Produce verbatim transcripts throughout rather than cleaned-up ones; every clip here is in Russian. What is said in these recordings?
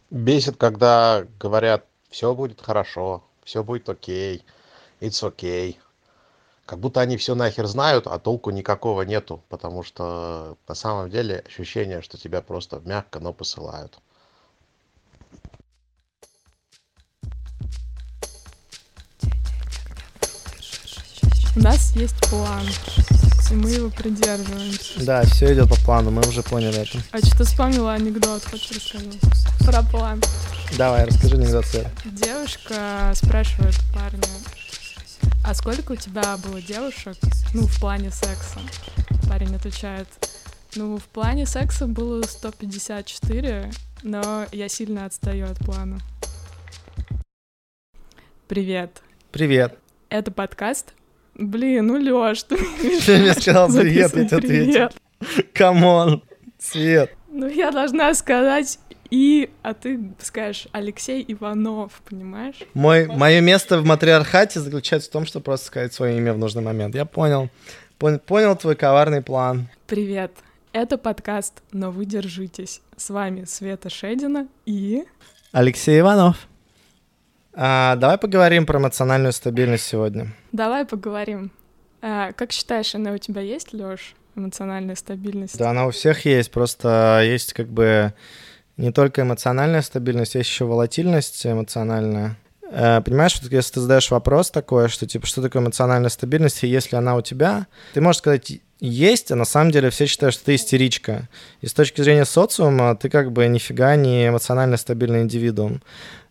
Бесит, когда говорят: "Всё будет хорошо, всё будет окей, it's okay". Как будто они всё нахер знают, а толку никакого нету, потому что на самом деле ощущение, что тебя просто мягко, но посылают. У нас есть план, и мы его придерживаемся. Да, все идет по плану, мы уже поняли это. А что вспомнила анекдот, хочешь рассказать? Про план. Давай, расскажи анекдот, Света. Девушка спрашивает у парня: а сколько у тебя было девушек, ну, в плане секса? Парень отвечает: ну, в плане секса было сто пятьдесят четыре, но я сильно отстаю от плана. Привет. Привет. Это подкаст. Блин, ну, Лёш, ты мне сказал привет, я тебе ответил. Камон, Свет. Ну, я должна сказать и, а ты скажешь Алексей Иванов, понимаешь? Мой, мое место в матриархате заключается в том, чтобы просто сказать свое имя в нужный момент. Я понял. Пон- понял твой коварный план. Привет. Это подкаст «Но вы держитесь». С вами Света Шедина и... Алексей Иванов. А, давай поговорим про эмоциональную стабильность сегодня. Давай поговорим. А, как считаешь, она у тебя есть, Лёш, эмоциональная стабильность? Да, она у всех есть, просто есть как бы не только эмоциональная стабильность, есть еще волатильность эмоциональная. Э, понимаешь, вот если ты задаешь вопрос такой, что типа, что такое эмоциональная стабильность, и если она у тебя, ты можешь сказать есть, а на самом деле все считают, что ты истеричка. И с точки зрения социума ты как бы нифига не эмоционально стабильный индивидуум.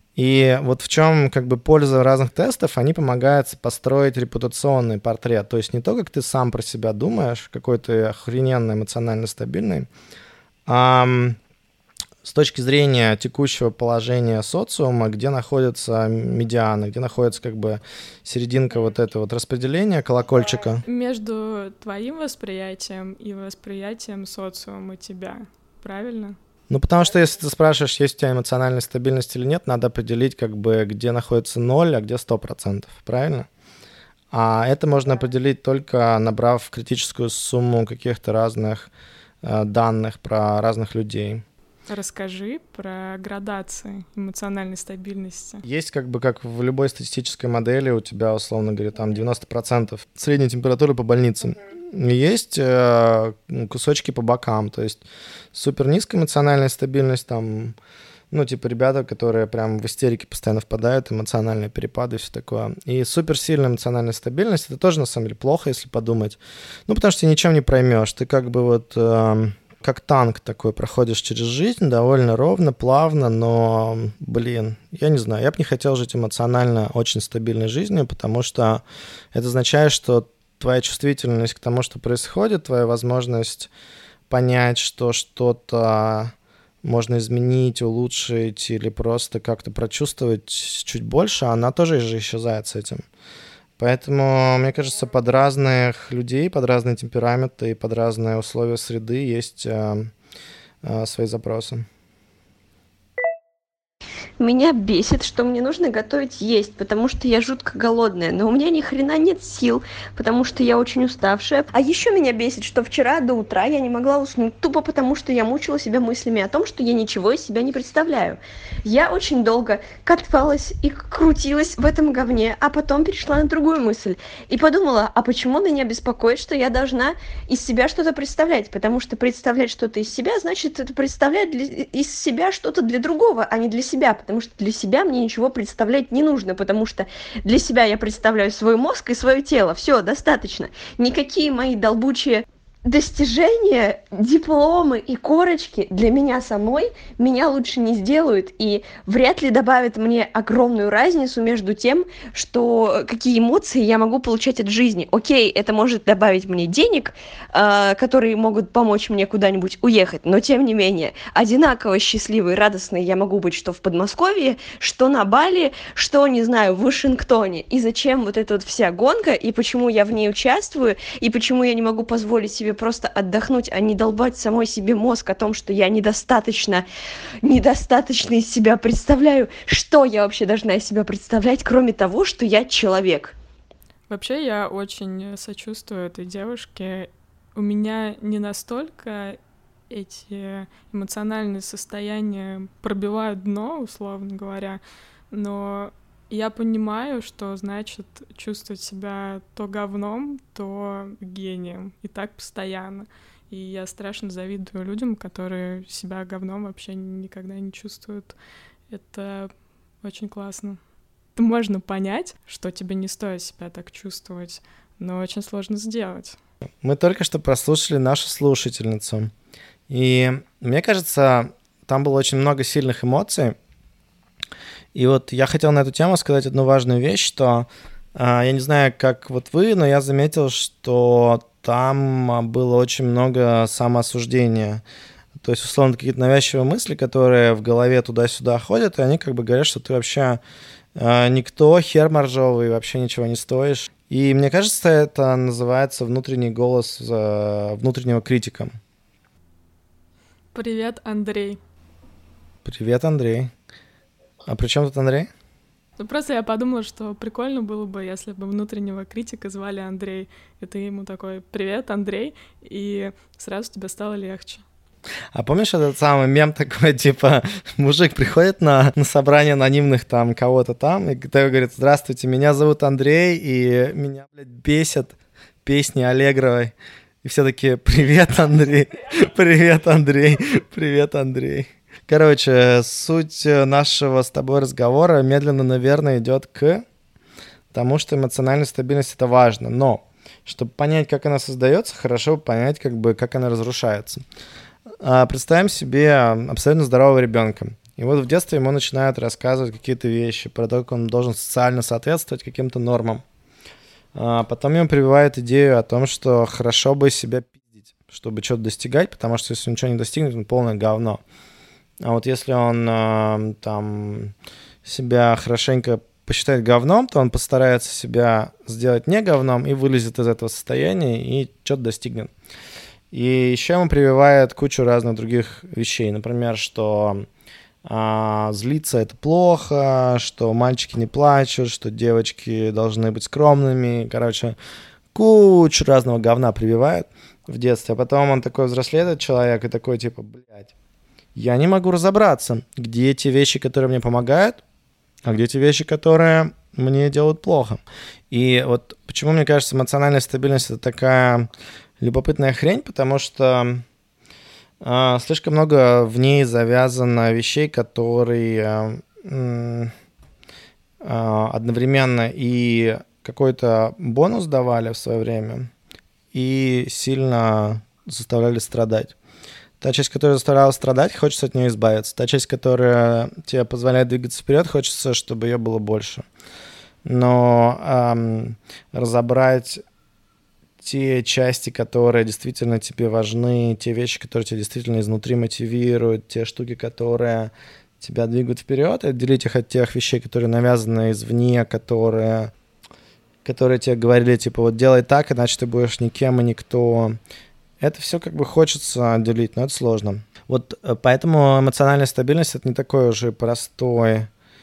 И вот в чем как бы польза разных тестов, они помогают построить репутационный портрет. То есть не то, как ты сам про себя думаешь, какой ты охрененно эмоционально стабильный, а с точки зрения текущего положения социума, где находится медиана, где находится как бы серединка вот этого вот распределения колокольчика. Между твоим восприятием и восприятием социума тебя, правильно? Ну, потому что если ты спрашиваешь, есть у тебя эмоциональная стабильность или нет, надо определить, как бы, где находится ноль, а где сто процентов, правильно? А это можно определить только набрав критическую сумму каких-то разных э, данных про разных людей. Расскажи про градации эмоциональной стабильности. Есть как бы, как в любой статистической модели, у тебя, условно говоря, там девяносто процентов средней температуры по больницам. Есть э, кусочки по бокам, то есть супер низкая эмоциональная стабильность, там, ну, типа ребята, которые прям в истерике постоянно впадают, эмоциональные перепады и все такое. И суперсильная эмоциональная стабильность, это тоже, на самом деле, плохо, если подумать. Ну, потому что ты ничем не проймешь, ты как бы вот... Э, как танк такой проходишь через жизнь довольно ровно, плавно, но, блин, я не знаю, я бы не хотел жить эмоционально очень стабильной жизнью, потому что это означает, что твоя чувствительность к тому, что происходит, твоя возможность понять, что что-то можно изменить, улучшить или просто как-то прочувствовать чуть больше, она тоже же исчезает с этим. Поэтому, мне кажется, под разных людей, под разные темпераменты и под разные условия среды есть э, э, свои запросы. Меня бесит, что мне нужно готовить есть, потому что я жутко голодная, но у меня ни хрена нет сил, потому что я очень уставшая. А еще меня бесит, что вчера до утра я не могла уснуть, тупо потому что я мучила себя мыслями о том, что я ничего из себя не представляю. Я очень долго каталась и крутилась в этом говне, а потом перешла на другую мысль и подумала, а почему меня беспокоит, что я должна из себя что-то представлять, потому что представлять что-то из себя, значит, это представлять для, из себя что-то для другого, а не для себя, потому что для себя мне ничего представлять не нужно, потому что для себя я представляю свой мозг и свое тело. Все, достаточно. Никакие мои долбучие достижения, дипломы и корочки для меня самой меня лучше не сделают и вряд ли добавят мне огромную разницу между тем, что какие эмоции я могу получать от жизни. Окей, это может добавить мне денег, э, которые могут помочь мне куда-нибудь уехать, но тем не менее одинаково счастливой и радостной я могу быть что в Подмосковье, что на Бали, что, не знаю, в Вашингтоне. И зачем вот эта вот вся гонка, и почему я в ней участвую, и почему я не могу позволить себе просто отдохнуть, а не долбать самой себе мозг о том, что я недостаточно, недостаточно из себя представляю. Что я вообще должна из себя представлять, кроме того, что я человек? Вообще, я очень сочувствую этой девушке. У меня не настолько эти эмоциональные состояния пробивают дно, условно говоря, но я понимаю, что значит чувствовать себя то говном, то гением, и так постоянно. И я страшно завидую людям, которые себя говном вообще никогда не чувствуют. Это очень классно. Можно понять, что тебе не стоит себя так чувствовать, но очень сложно сделать. Мы только что прослушали нашу слушательницу. И мне кажется, там было очень много сильных эмоций. И вот я хотел на эту тему сказать одну важную вещь, что я не знаю, как вот вы, но я заметил, что там было очень много самоосуждения. То есть, условно, какие-то навязчивые мысли, которые в голове туда-сюда ходят, и они как бы говорят, что ты вообще никто, хер моржовый, вообще ничего не стоишь. И мне кажется, это называется внутренний голос внутреннего критика. Привет, Андрей. Привет, Андрей. А при чем тут Андрей? Ну, просто я подумала, что прикольно было бы, если бы внутреннего критика звали Андрей, и ты ему такой «Привет, Андрей», и сразу тебе стало легче. А помнишь этот самый мем такой, типа, мужик приходит на, на собрание анонимных там кого-то там, и говорит: «Здравствуйте, меня зовут Андрей, и меня, блядь, бесят песни Аллегровой». И все такие: «Привет, Андрей, привет, Андрей, привет, Андрей». Короче, суть нашего с тобой разговора медленно, наверное, идет к тому, что эмоциональная стабильность — это важно. Но чтобы понять, как она создается, хорошо понять, как бы, как она разрушается. Представим себе абсолютно здорового ребенка. И вот в детстве ему начинают рассказывать какие-то вещи про то, как он должен социально соответствовать каким-то нормам. А потом ему прививают идею о том, что хорошо бы себя пиздить, чтобы что-то достигать, потому что если он ничего не достигнет, он полное говно. А вот если он э, там себя хорошенько посчитает говном, то он постарается себя сделать не говном и вылезет из этого состояния и что-то достигнет. И еще ему прививают кучу разных других вещей. Например, что э, злиться — это плохо, что мальчики не плачут, что девочки должны быть скромными. Короче, кучу разного говна прививают в детстве. А потом он такой взрослеет, человек, и такой типа: блядь, я не могу разобраться, где те вещи, которые мне помогают, а где те вещи, которые мне делают плохо. И вот почему, мне кажется, эмоциональная стабильность — это такая любопытная хрень, потому что э, слишком много в ней завязано вещей, которые э, э, одновременно и какой-то бонус давали в свое время, и сильно заставляли страдать. Та часть, которая заставляла страдать, хочется от нее избавиться. Та часть, которая тебе позволяет двигаться вперед, хочется, чтобы ее было больше. Но эм, разобрать те части, которые действительно тебе важны, те вещи, которые тебя действительно изнутри мотивируют, те штуки, которые тебя двигают вперед, и отделить их от тех вещей, которые навязаны извне, которые, которые тебе говорили, типа, вот делай так, иначе ты будешь никем и никто. Это все как бы хочется отделить, но это сложно. Вот поэтому эмоциональная стабильность — это не такой уже простой,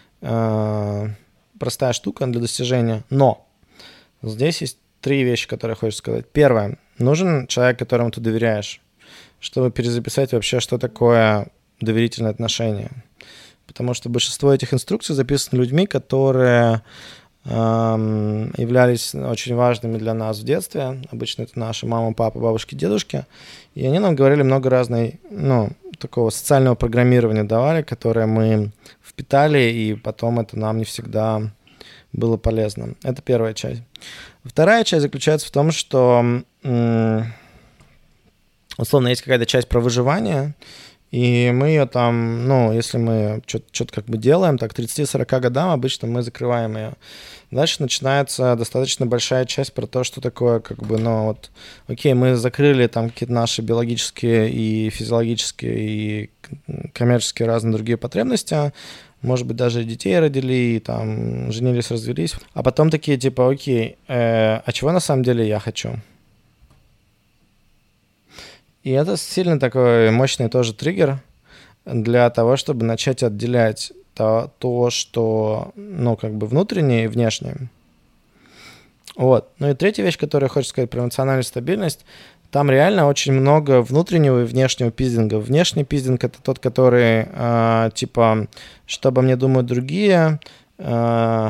э, простая штука для достижения. Но здесь есть три вещи, которые хочется сказать. Первое. Нужен человек, которому ты доверяешь, чтобы перезаписать вообще, что такое доверительные отношения. Потому что большинство этих инструкций записано людьми, которые являлись очень важными для нас в детстве. Обычно это наши мама, папа, бабушки, дедушки. И они нам говорили много разной, ну, такого социального программирования давали, которое мы впитали, и потом это нам не всегда было полезно. Это первая часть. Вторая часть заключается в том, что, условно, есть какая-то часть про выживание, и мы ее там, ну, если мы что-то как бы делаем, так к тридцати-сорока годам обычно мы закрываем ее. Дальше начинается достаточно большая часть про то, что такое, как бы, ну, вот, окей, мы закрыли там какие-то наши биологические и физиологические и коммерческие разные другие потребности, может быть, даже детей родили, и там женились, развелись, а потом такие, типа, окей, э, а чего на самом деле я хочу? И это сильно такой мощный тоже триггер для того, чтобы начать отделять то, то, что, ну, как бы внутреннее и внешнее. Вот. Ну и третья вещь, которую я хочу сказать про эмоциональную стабильность, там реально очень много внутреннего и внешнего пиздинга. Внешний пиздинг — это тот, который, э, типа, что обо мне думают другие, э,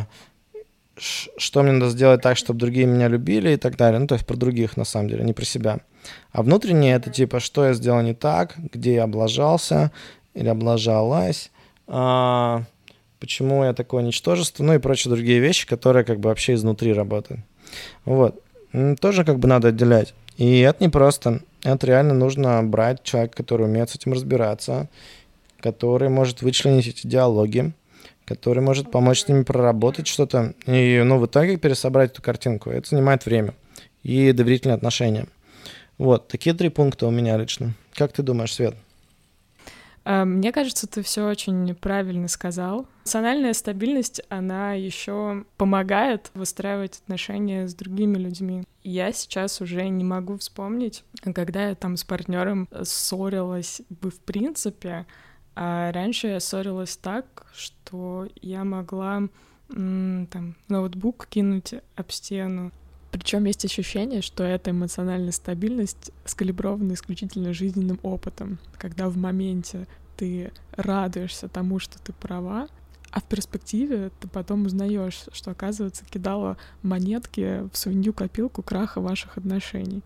что мне надо сделать так, чтобы другие меня любили и так далее. Ну, то есть про других, на самом деле, не про себя. А внутреннее — это типа, что я сделал не так, где я облажался или облажалась, э, почему я такое ничтожество, ну и прочие другие вещи, которые как бы вообще изнутри работают. Вот. Тоже как бы надо отделять. И это не просто. Это реально нужно брать человека, который умеет с этим разбираться, который может вычленить эти диалоги, который может помочь с ними проработать что-то. И, ну, в итоге пересобрать эту картинку. Это занимает время. И доверительные отношения. Вот. Такие три пункта у меня лично. Как ты думаешь, Свет? Мне кажется, ты все очень правильно сказал. Эмоциональная стабильность, она еще помогает выстраивать отношения с другими людьми. Я сейчас уже не могу вспомнить, когда я там с партнером ссорилась бы в принципе, а раньше я ссорилась так, что я могла м, там ноутбук кинуть об стену. Причем есть ощущение, что эта эмоциональная стабильность скалибрована исключительно жизненным опытом, когда в моменте ты радуешься тому, что ты права, а в перспективе ты потом узнаешь, что, оказывается, кидала монетки в свинью копилку краха ваших отношений.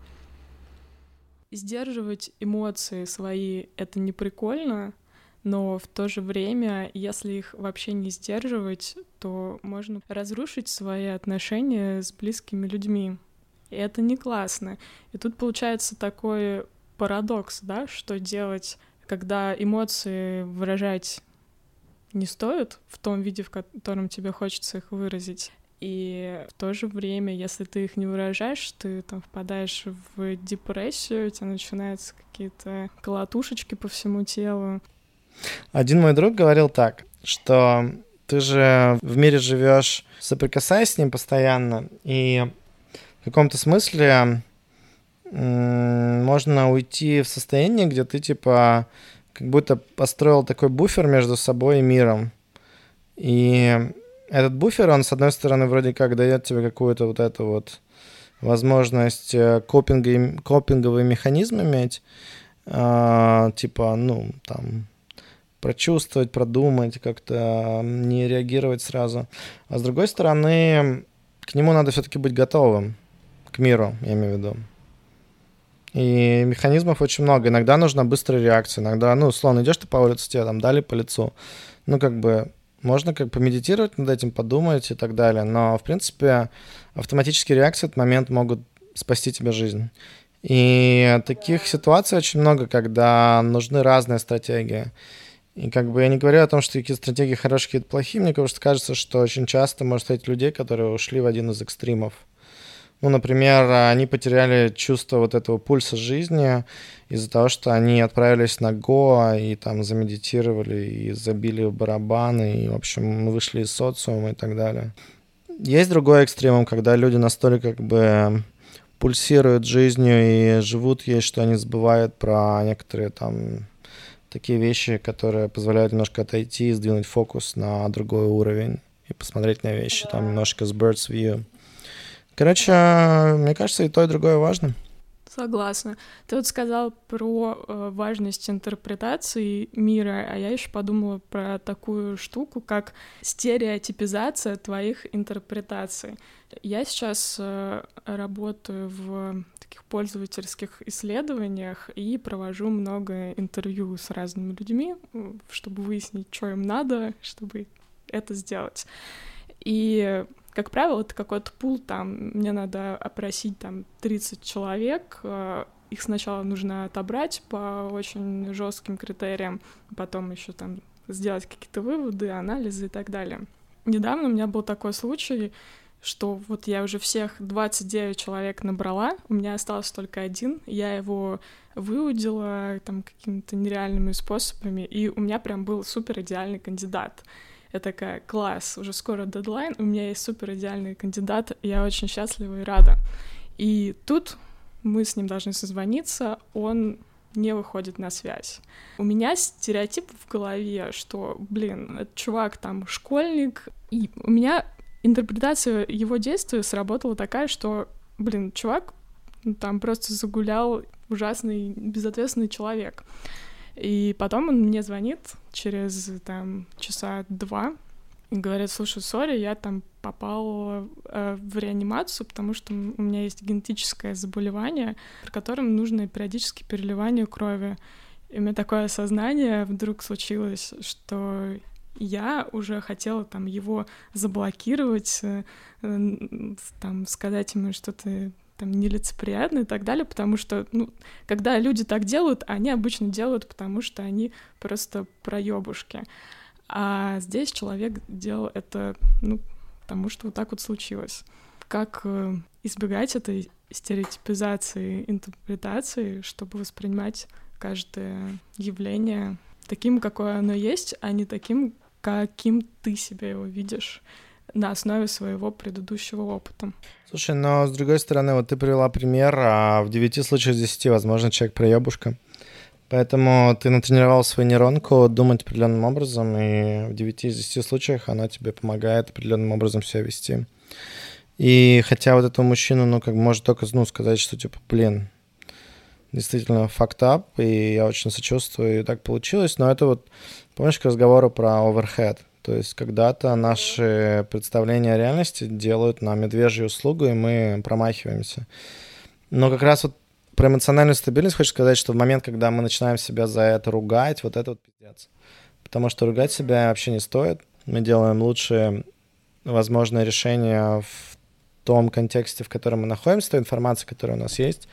Сдерживать эмоции свои — это не прикольно, но в то же время, если их вообще не сдерживать, то можно разрушить свои отношения с близкими людьми. И это не классно. И тут получается такой парадокс, да, что делать, когда эмоции выражать не стоит в том виде, в котором тебе хочется их выразить. И в то же время, если ты их не выражаешь, ты там впадаешь в депрессию, у тебя начинаются какие-то колотушечки по всему телу. Один мой друг говорил так, что ты же в мире живешь, соприкасаясь с ним постоянно, и в каком-то смысле м- можно уйти в состояние, где ты типа как будто построил такой буфер между собой и миром. И этот буфер, он, с одной стороны, вроде как дает тебе какую-то вот эту вот возможность копинга, копинговый механизм иметь, э, типа, ну, там, прочувствовать, продумать, как-то не реагировать сразу. А с другой стороны, к нему надо все-таки быть готовым, к миру, я имею в виду. И механизмов очень много. Иногда нужна быстрая реакция. Иногда, ну, условно, идешь ты по улице, тебе там дали по лицу. Ну, как бы, можно как помедитировать над этим, подумать и так далее. Но, в принципе, автоматические реакции в этот момент могут спасти тебе жизнь. И таких ситуаций очень много, когда нужны разные стратегии. И как бы я не говорю о том, что какие-то стратегии хорошие, какие-то плохие. Мне кажется, что очень часто может быть людей, которые ушли в один из экстримов. Ну, например, они потеряли чувство вот этого пульса жизни из-за того, что они отправились на Гоа и там замедитировали, и забили в барабаны, и, в общем, вышли из социума и так далее. Есть другой экстремум, когда люди настолько как бы пульсируют жизнью и живут ей, что они забывают про некоторые там такие вещи, которые позволяют немножко отойти и сдвинуть фокус на другой уровень и посмотреть на вещи там немножко с bird's view. Короче, мне кажется, и то, и другое важно. Согласна. Ты вот сказал про э, важность интерпретации мира, а я еще подумала про такую штуку, как стереотипизация твоих интерпретаций. Я сейчас э, работаю в таких пользовательских исследованиях и провожу много интервью с разными людьми, чтобы выяснить, что им надо, чтобы это сделать. И как правило, это какой-то пул, там, мне надо опросить там тридцать человек, их сначала нужно отобрать по очень жестким критериям, потом еще там сделать какие-то выводы, анализы и так далее. Недавно у меня был такой случай, что вот я уже всех двадцать девять человек набрала, у меня остался только один, я его выудила там какими-то нереальными способами, и у меня прям был супер идеальный кандидат. Я такая, класс, уже скоро дедлайн, у меня есть супер идеальный кандидат, я очень счастлива и рада. И тут мы с ним должны созвониться, он не выходит на связь. У меня стереотип в голове, что, блин, этот чувак там школьник, и у меня интерпретация его действия сработала такая, что, блин, чувак ну, там просто загулял ужасный, безответственный человек. И потом он мне звонит через там часа два и говорит: слушай, сори, я там попал э, в реанимацию, потому что у меня есть генетическое заболевание, при котором нужно периодически переливание крови. И у меня такое осознание вдруг случилось, что я уже хотела там его заблокировать, э, э, там сказать ему что-то там нелицеприятное и так далее, потому что, ну, когда люди так делают, они обычно делают, потому что они просто проебушки. А здесь человек делал это, ну, потому что вот так вот случилось. Как э, избегать этой стереотипизации, интерпретации, чтобы воспринимать каждое явление таким, какое оно есть, а не таким, каким ты себя его видишь на основе своего предыдущего опыта. Слушай, но с другой стороны, вот ты привела пример, а в девяти случаях из десяти, возможно, человек проебушка. Поэтому ты натренировал свою нейронку думать определенным образом, и в девяти из десяти случаях она тебе помогает определенным образом себя вести. И хотя вот этому мужчину, ну, как бы может только, ну, сказать, что, типа, блин, действительно fucked up, и я очень сочувствую, и так получилось. Но это вот, помнишь, к разговору про overhead? То есть когда-то наши представления о реальности делают нам медвежью услугу, и мы промахиваемся. Но как раз вот про эмоциональную стабильность хочешь сказать, что в момент, когда мы начинаем себя за это ругать, вот это вот пиздец. Потому что ругать себя вообще не стоит. Мы делаем лучшее возможное решение в том контексте, в котором мы находимся, той информации, которая у нас есть.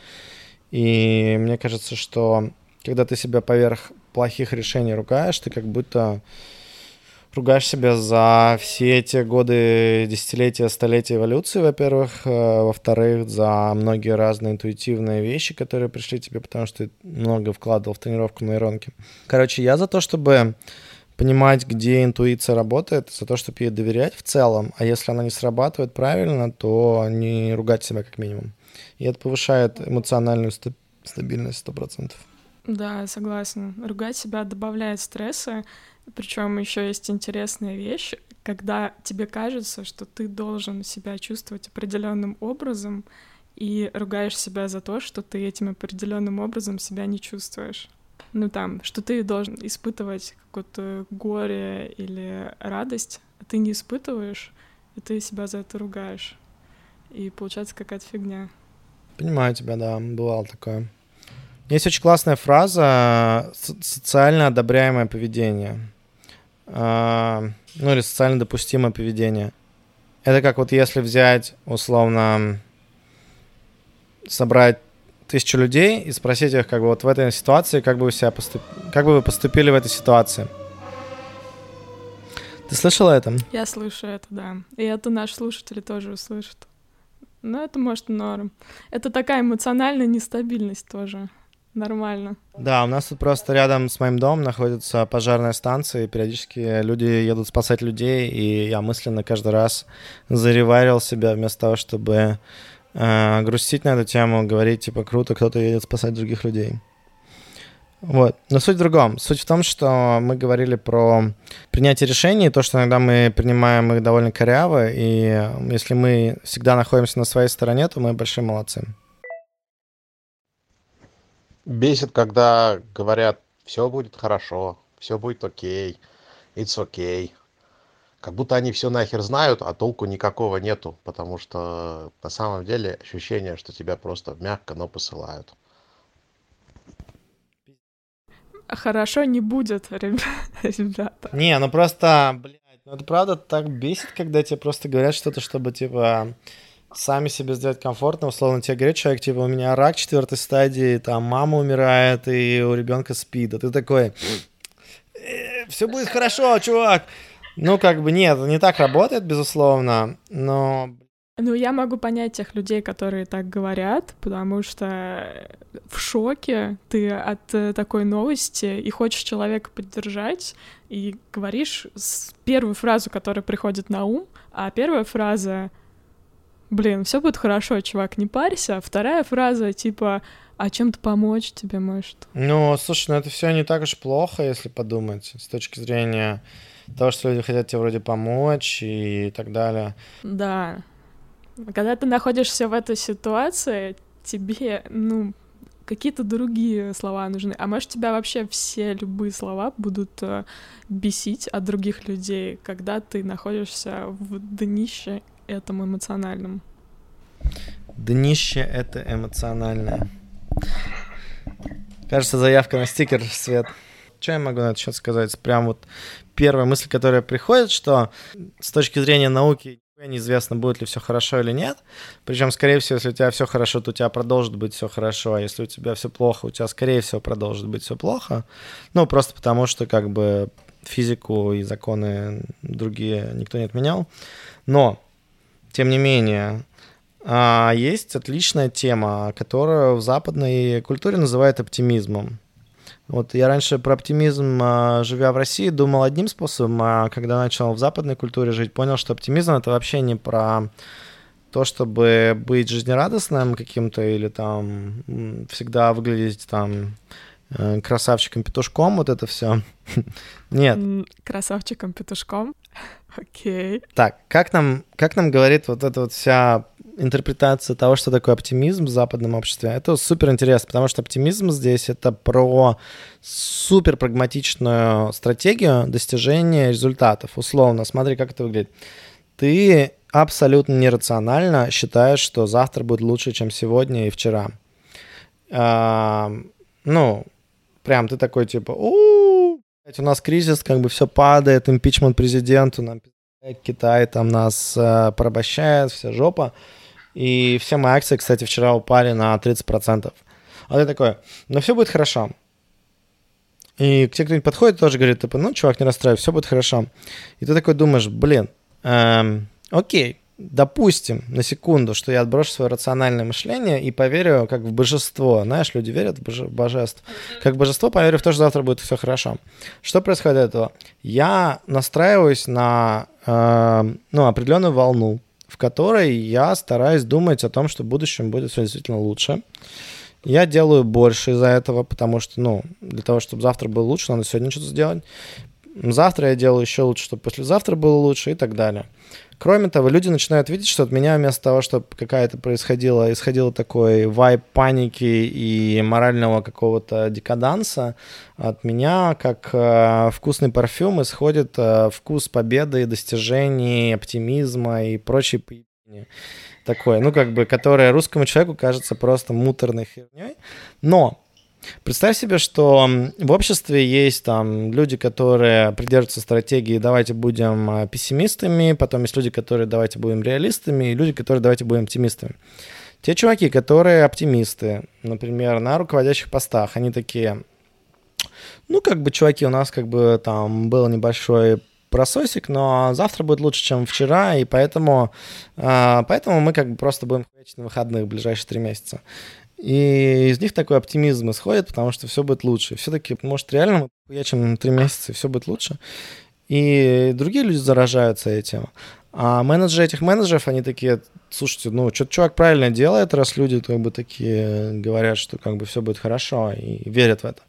И мне кажется, что когда ты себя поверх плохих решений ругаешь, ты как будто ругаешь себя за все эти годы, десятилетия, столетия эволюции, во-первых. Во-вторых, за многие разные интуитивные вещи, которые пришли тебе, потому что ты много вкладывал в тренировку нейронки. Короче, я за то, чтобы понимать, где интуиция работает, за то, чтобы ей доверять в целом. А если она не срабатывает правильно, то не ругать себя как минимум. И это повышает эмоциональную стабильность сто процентов. Да, согласна. Ругать себя добавляет стресса. Причем еще есть интересная вещь, когда тебе кажется, что ты должен себя чувствовать определенным образом, и ругаешь себя за то, что ты этим определенным образом себя не чувствуешь. Ну там, что ты должен испытывать какое-то горе или радость, а ты не испытываешь, и ты себя за это ругаешь. И получается какая-то фигня. Понимаю тебя, да, бывало такое. Есть очень классная фраза «социально одобряемое поведение». Ну или социально допустимое поведение. Это как вот если взять, условно, собрать тысячу людей и спросить их, как бы вот в этой ситуации, как бы вы себя поступ... как бы вы поступили в этой ситуации. Ты слышала это? Я слышу это, да. И это наши слушатели тоже услышат. Но это может норм. Это такая эмоциональная нестабильность тоже. Нормально. Да, у нас тут просто рядом с моим домом находится пожарная станция, и периодически люди едут спасать людей, и я мысленно каждый раз зареварил себя вместо того, чтобы э, грустить на эту тему, говорить, типа, круто, кто-то едет спасать других людей. Вот. Но суть в другом. Суть в том, что мы говорили про принятие решений, то, что иногда мы принимаем их довольно коряво, и если мы всегда находимся на своей стороне, то мы большие молодцы. Бесит, когда говорят: все будет хорошо, все будет окей, it's okay. Как будто они все нахер знают, а толку никакого нету, потому что на самом деле ощущение, что тебя просто мягко, но посылают. Хорошо не будет, ребята. Не, ну просто, блядь, ну это правда так бесит, когда тебе просто говорят что-то, чтобы, типа, сами себе сделать комфортно. Условно тебе говорит человек, типа, у меня рак четвертой стадии, там, мама умирает, и у ребенка спид. А ты такой, все будет хорошо, чувак. Ну, как бы, нет, не так работает, безусловно, но... Ну, я могу понять тех людей, которые так говорят, потому что в шоке ты от такой новости и хочешь человека поддержать, и говоришь первую фразу, которая приходит на ум, а первая фраза: блин, все будет хорошо, чувак, не парься. А вторая фраза типа: а чем-то помочь тебе, может? Ну, слушай, ну это все не так уж плохо, если подумать, с точки зрения того, что люди хотят тебе вроде помочь и так далее. Да. Когда ты находишься в этой ситуации, тебе, ну, какие-то другие слова нужны. А может, тебя вообще все любые слова будут э, бесить от других людей, когда ты находишься в днище этом эмоциональном? Днище — это эмоциональное. Кажется, заявка на стикер, Свет. Что я могу на это счет сказать? Прям вот первая мысль, которая приходит, что с точки зрения науки неизвестно, будет ли все хорошо или нет. Причем, скорее всего, если у тебя все хорошо, то у тебя продолжит быть все хорошо. А если у тебя все плохо, у тебя, скорее всего, продолжит быть все плохо. Ну, просто потому что, как бы, физику и законы другие никто не отменял. Но, тем не менее, есть отличная тема, которую в западной культуре называют оптимизмом. Вот я раньше про оптимизм, живя в России, думал одним способом, а когда начал в западной культуре жить, понял, что оптимизм — это вообще не про то, чтобы быть жизнерадостным каким-то или там всегда выглядеть там красавчиком-петушком, вот это все. Нет. Красавчиком-петушком? Окей. Так, как нам, как нам говорит вот эта вот вся интерпретация того, что такое оптимизм в западном обществе, это супер интересно, потому что оптимизм здесь — это про супер прагматичную стратегию достижения результатов. Условно, смотри, как это выглядит. Ты абсолютно нерационально считаешь, что завтра будет лучше, чем сегодня и вчера. А, ну, прям ты такой типа: у у нас кризис, как бы все падает, импичмент президенту, нам Китай там нас э, порабощает, вся жопа. И все мои акции, кстати, вчера упали на тридцать процентов. А ты такой: ну все будет хорошо. И к тебе кто-нибудь подходит, тоже говорит, типа: ну, чувак, не расстраивайся, все будет хорошо. И ты такой думаешь: блин, эм, окей, допустим, на секунду, что я отброшу свое рациональное мышление и поверю как в божество. Знаешь, люди верят в боже- божеств. Как в божество поверю в то, что завтра будет все хорошо. Что происходит от этого? Я настраиваюсь на э, ну, определенную волну, в которой я стараюсь думать о том, что в будущем будет все действительно лучше. Я делаю больше из-за этого, потому что, ну, для того, чтобы завтра было лучше, надо сегодня что-то сделать. Завтра я делаю еще лучше, чтобы послезавтра было лучше и так далее. Кроме того, люди начинают видеть, что от меня вместо того, чтобы какая-то происходила, исходила такой вайб паники и морального какого-то декаданса, от меня, как э, вкусный парфюм, исходит э, вкус победы, достижений, оптимизма и прочей поебени. Такое, ну, как бы, которое русскому человеку кажется просто муторной херней. Но представь себе, что в обществе есть там люди, которые придерживаются стратегии «давайте будем пессимистами», потом есть люди, которые «давайте будем реалистами», и люди, которые «давайте будем оптимистами». Те чуваки, которые оптимисты, например, на руководящих постах, они такие: ну, как бы, чуваки, у нас как бы там был небольшой прососик, но завтра будет лучше, чем вчера, и поэтому, поэтому мы как бы просто будем ходить на выходных в ближайшие три месяца. И из них такой оптимизм исходит, потому что все будет лучше. Все-таки, может, реально мы поячим три месяца, и все будет лучше. И другие люди заражаются этим. А менеджеры этих менеджеров, они такие: слушайте, ну, что-то чувак правильно делает, раз люди как бы такие говорят, что как бы все будет хорошо, и верят в это.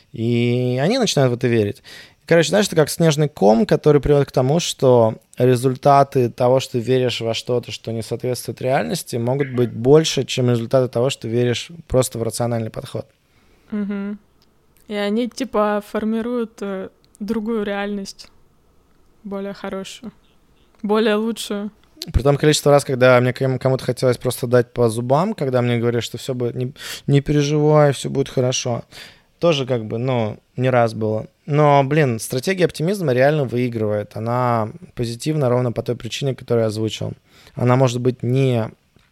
И они начинают в это верить. Короче, знаешь, это как снежный ком, который приводит к тому, что результаты того, что ты веришь во что-то, что не соответствует реальности, могут быть больше, чем результаты того, что веришь просто в рациональный подход. Угу. И они типа формируют э, другую реальность, более хорошую, более лучшую. При том количество раз, когда мне кому-то хотелось просто дать по зубам, когда мне говорят, что все будет, не, не переживай, все будет хорошо. Тоже как бы, ну, не раз было. Но, блин, стратегия оптимизма реально выигрывает. Она позитивна ровно по той причине, которую я озвучил. Она может быть не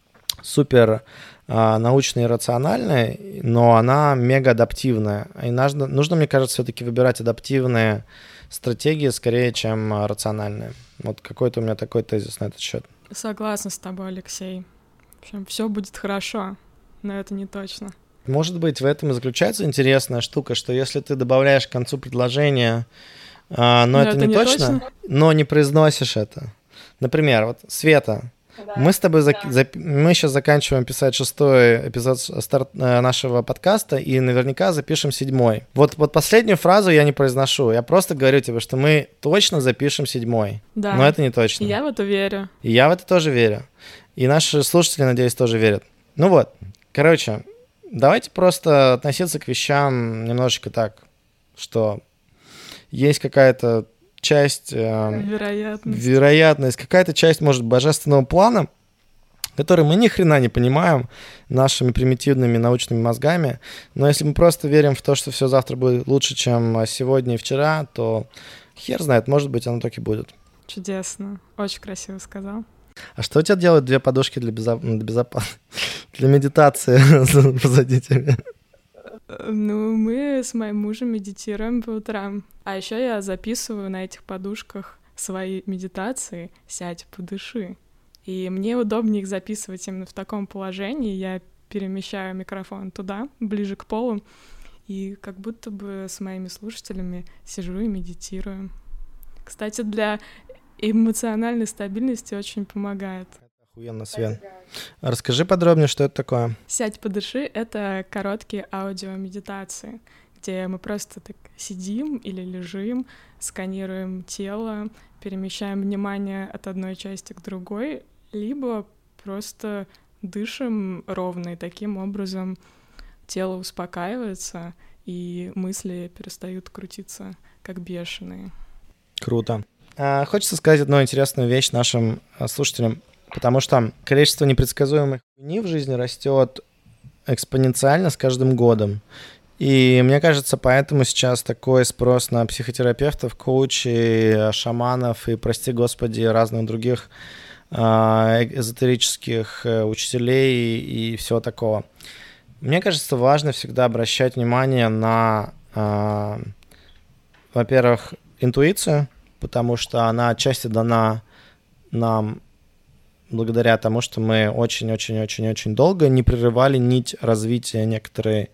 супер а, научной и рациональной, но она мега адаптивная. И нужно, нужно, мне кажется, все-таки выбирать адаптивные стратегии скорее, чем рациональные. Вот какой-то у меня такой тезис на этот счет. Согласна с тобой, Алексей. В общем, все будет хорошо, но это не точно. Может быть, в этом и заключается интересная штука, что если ты добавляешь к концу предложения, а, но, но это, это не, не точно, точно, но не произносишь это. Например, вот, Света, да, мы с тобой, да. за, за, мы сейчас заканчиваем писать шестой эпизод старт, нашего подкаста, и наверняка запишем седьмой. Вот, вот последнюю фразу я не произношу, я просто говорю тебе, что мы точно запишем седьмой, да. но это не точно. Я в это верю. И я в это тоже верю. И наши слушатели, надеюсь, тоже верят. Ну вот. Короче, давайте просто относиться к вещам немножечко так, что есть какая-то часть... Э, вероятность. Вероятность, какая-то часть, может, божественного плана, который мы ни хрена не понимаем нашими примитивными научными мозгами, но если мы просто верим в то, что все завтра будет лучше, чем сегодня и вчера, то хер знает, может быть, оно так и будет. Чудесно. Очень красиво сказал. А что у тебя делают две подушки для, безо... для, безопас... для медитации позади тебя? Ну, мы с моим мужем медитируем по утрам. А еще я записываю на этих подушках свои медитации «Сядь, подыши». И мне удобнее их записывать именно в таком положении. Я перемещаю микрофон туда, ближе к полу, и как будто бы с моими слушателями сижу и медитирую. Кстати, для эмоциональной стабильности очень помогает. Охуенно, Свен. Расскажи подробнее, что это такое. «Сядь, подыши» — это короткие аудиомедитации, где мы просто так сидим или лежим, сканируем тело, перемещаем внимание от одной части к другой, либо просто дышим ровно, и таким образом тело успокаивается, и мысли перестают крутиться, как бешеные. Круто. А, хочется сказать одну интересную вещь нашим слушателям, потому что количество непредсказуемых хуйни в жизни растет экспоненциально с каждым годом. И мне кажется, поэтому сейчас такой спрос на психотерапевтов, коучей, шаманов и, прости господи, разных других эзотерических учителей и всего такого. Мне кажется, важно всегда обращать внимание на, во-первых, интуицию, потому что она отчасти дана нам благодаря тому, что мы очень-очень-очень-очень долго не прерывали нить развития некоторой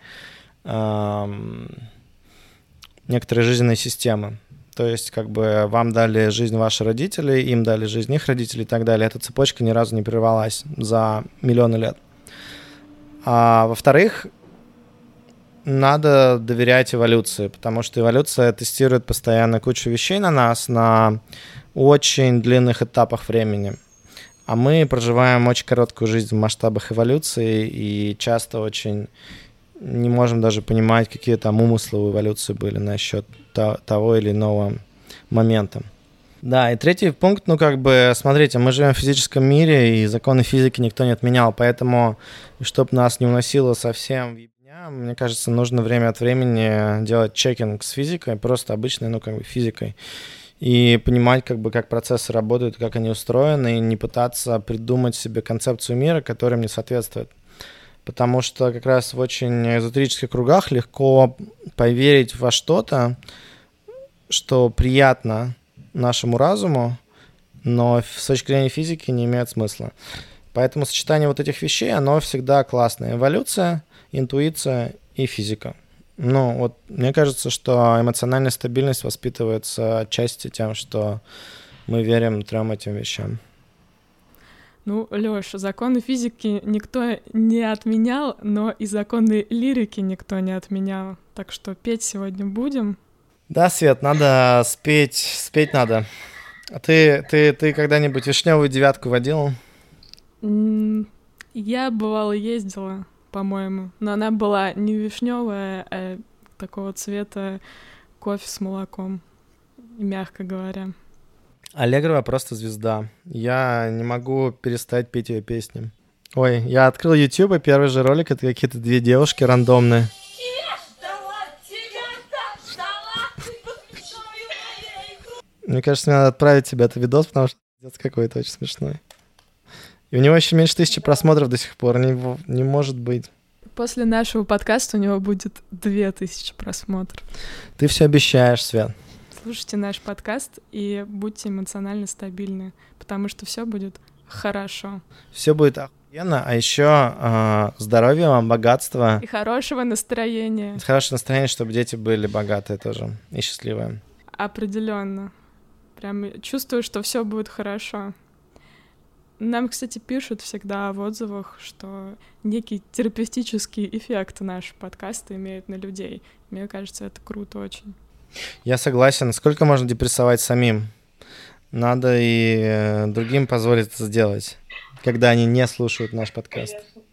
некоторые жизненные системы. То есть, как бы, вам дали жизнь ваши родители, им дали жизнь их родителей и так далее. Эта цепочка ни разу не прервалась за миллионы лет. А во-вторых, надо доверять эволюции, потому что эволюция тестирует постоянно кучу вещей на нас на очень длинных этапах времени. А мы проживаем очень короткую жизнь в масштабах эволюции и часто очень не можем даже понимать, какие там умыслы у эволюции были насчет то, того или иного момента. Да, и третий пункт, ну как бы, смотрите, мы живем в физическом мире, и законы физики никто не отменял, поэтому, чтобы нас не уносило совсем в ебня, мне кажется, нужно время от времени делать чекинг с физикой, просто обычной, ну как бы, физикой, и понимать, как бы, как процессы работают, как они устроены, и не пытаться придумать себе концепцию мира, которая мне соответствует. Потому что как раз в очень эзотерических кругах легко поверить во что-то, что приятно нашему разуму, но с точки зрения физики не имеет смысла. Поэтому сочетание вот этих вещей, оно всегда классное. Эволюция, интуиция и физика. Ну, вот мне кажется, что эмоциональная стабильность воспитывается отчасти тем, что мы верим трем этим вещам. Ну, Лёш, законы физики никто не отменял, но и законы лирики никто не отменял. Так что петь сегодня будем. Да, Свет, надо спеть, спеть надо. А ты, ты, ты когда-нибудь вишневую девятку водила? Я, бывало, ездила, по-моему, но она была не вишневая, а такого цвета кофе с молоком, мягко говоря. Аллегрова просто звезда. Я не могу перестать петь ее песни. Ой, я открыл YouTube, и первый же ролик — это какие-то две девушки рандомные. Мне кажется, мне надо отправить тебе этот видос, потому что это какой-то очень смешной. И у него еще меньше тысячи просмотров до сих пор. Не, не может быть. После нашего подкаста у него будет две тысячи просмотров. Ты все обещаешь, Свет. Слушайте наш подкаст и будьте эмоционально стабильны, потому что все будет хорошо. Все будет охуенно, а еще э, здоровья вам, богатства. И хорошего настроения. Хорошее настроение, чтобы дети были богатые тоже и счастливые. Определенно. Прям чувствую, что все будет хорошо. Нам, кстати, пишут всегда в отзывах, что некий терапевтический эффект наши подкасты имеют на людей. Мне кажется, это круто очень. Я согласен. Сколько можно депрессовать самим? Надо и другим позволить это сделать, когда они не слушают наш подкаст.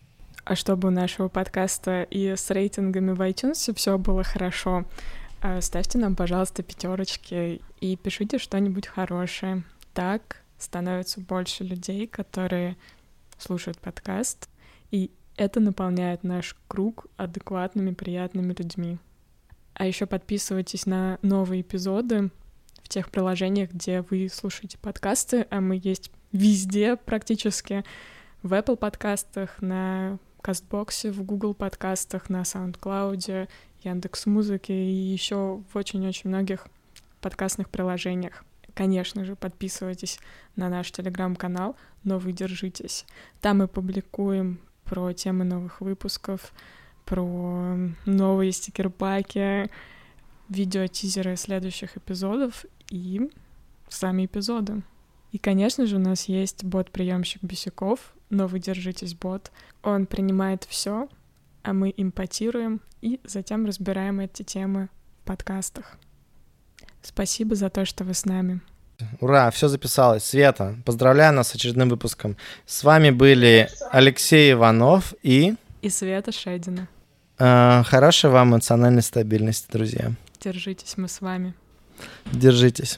А чтобы у нашего подкаста и с рейтингами в iTunes все было хорошо, ставьте нам, пожалуйста, пятерочки и пишите что-нибудь хорошее. Так становится больше людей, которые слушают подкаст, и это наполняет наш круг адекватными, приятными людьми. А еще подписывайтесь на новые эпизоды в тех приложениях, где вы слушаете подкасты, а мы есть везде практически. В Apple подкастах, на Кастбоксе, в Google подкастах, на SoundCloud, Яндекс.Музыке и еще в очень-очень многих подкастных приложениях. Конечно же, подписывайтесь на наш телеграм-канал, но вы держитесь. Там мы публикуем про темы новых выпусков, про новые стикер-паки, видео-тизеры следующих эпизодов и сами эпизоды. И, конечно же, у нас есть бот-приемщик бесяков, но вы держитесь бот. Он принимает все, а мы импортируем и затем разбираем эти темы в подкастах. Спасибо за то, что вы с нами. Ура, все записалось. Света, поздравляю нас с очередным выпуском. С вами были Алексей Иванов и... И Света Шедина. Э, хорошей вам эмоциональной стабильности, друзья. Держитесь, мы с вами. Держитесь.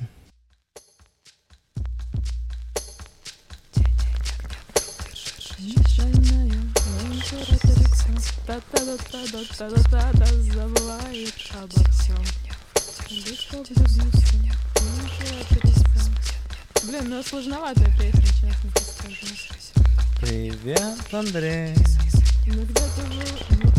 Забывает обо всем. Блин, ну сложноватая песня, честно скажу. Привет, Андрей. Ну где ты был?